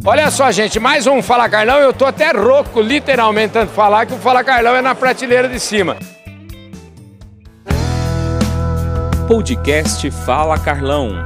Olha só, gente, mais um Fala Carlão. Eu tô até rouco, literalmente, tanto falar que o Fala Carlão é na prateleira de cima. Podcast Fala Carlão.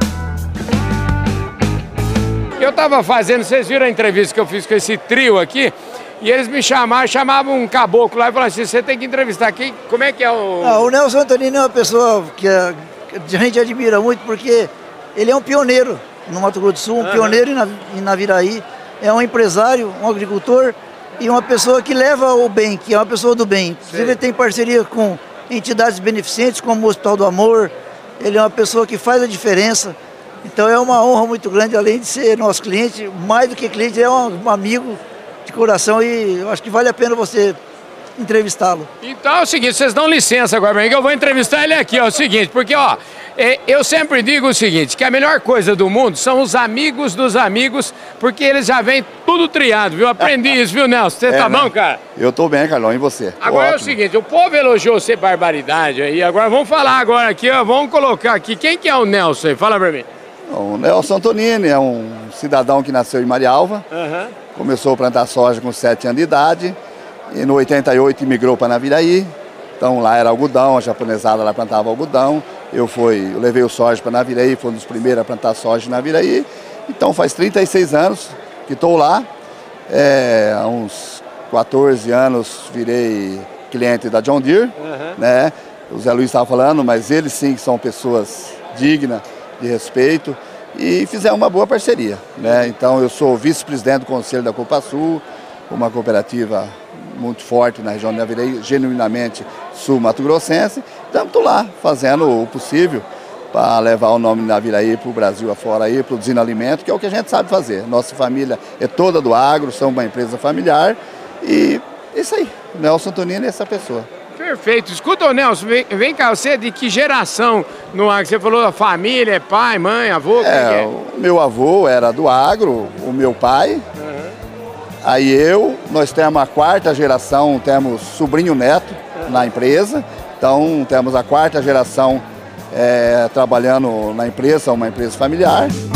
Eu tava fazendo, vocês viram a entrevista que eu fiz com esse trio aqui? E eles me chamavam um caboclo lá e falaram assim, você tem que entrevistar aqui, como é que é o... O Nelson Antonini é uma pessoa que a gente admira muito, porque ele é um pioneiro no Mato Grosso do Sul, um pioneiro em Naviraí, é um empresário, um agricultor e uma pessoa que leva o bem, que é uma pessoa do bem. Ele tem parceria com entidades beneficentes como o Hospital do Amor, ele é uma pessoa que faz a diferença. Então é uma honra muito grande, além de ser nosso cliente, mais do que cliente, é um amigo de coração e eu acho que vale a pena você entrevistá-lo. Então é o seguinte, vocês dão licença agora pra mim que eu vou entrevistar ele aqui, ó, é o seguinte, porque ó, eu sempre digo o seguinte, que a melhor coisa do mundo são os amigos dos amigos, porque eles já vêm tudo triado, viu? Aprendi isso, viu, Nelson? Você tá bom, cara? Eu tô bem, Carlão, e você? Agora é o seguinte, o povo elogiou você barbaridade aí, agora vamos falar agora aqui, ó, vamos colocar aqui, quem que é o Nelson aí? Fala pra mim. O Nelson Antonini é um cidadão que nasceu em Marialva, começou a plantar soja com 7 anos de idade, e no 88 migrou para Naviraí. Então lá era algodão, a japonesada lá plantava algodão. Eu levei o soja para Naviraí, fui um dos primeiros a plantar soja em Naviraí. Então faz 36 anos que estou lá. Há uns 14 anos virei cliente da John Deere, né? O Zé Luiz estava falando, mas eles sim são pessoas dignas, de respeito, e fizeram uma boa parceria, né? Então eu sou vice-presidente do Conselho da Copasul, uma cooperativa muito forte na região de Naviraí, genuinamente sul-mato-grossense. Então estou lá fazendo o possível para levar o nome de Naviraí para o Brasil afora, aí, produzindo alimento, que é o que a gente sabe fazer. Nossa família é toda do agro, somos uma empresa familiar e isso aí, Nelson Antonini é essa pessoa. Perfeito. Escuta, Nelson, vem cá, você é de que geração no agro? Você falou da família, pai, mãe, avô? O meu avô era do agro, o meu pai. Aí nós temos a 4ª geração, temos sobrinho neto na empresa. Então temos a 4ª geração trabalhando na empresa, uma empresa familiar.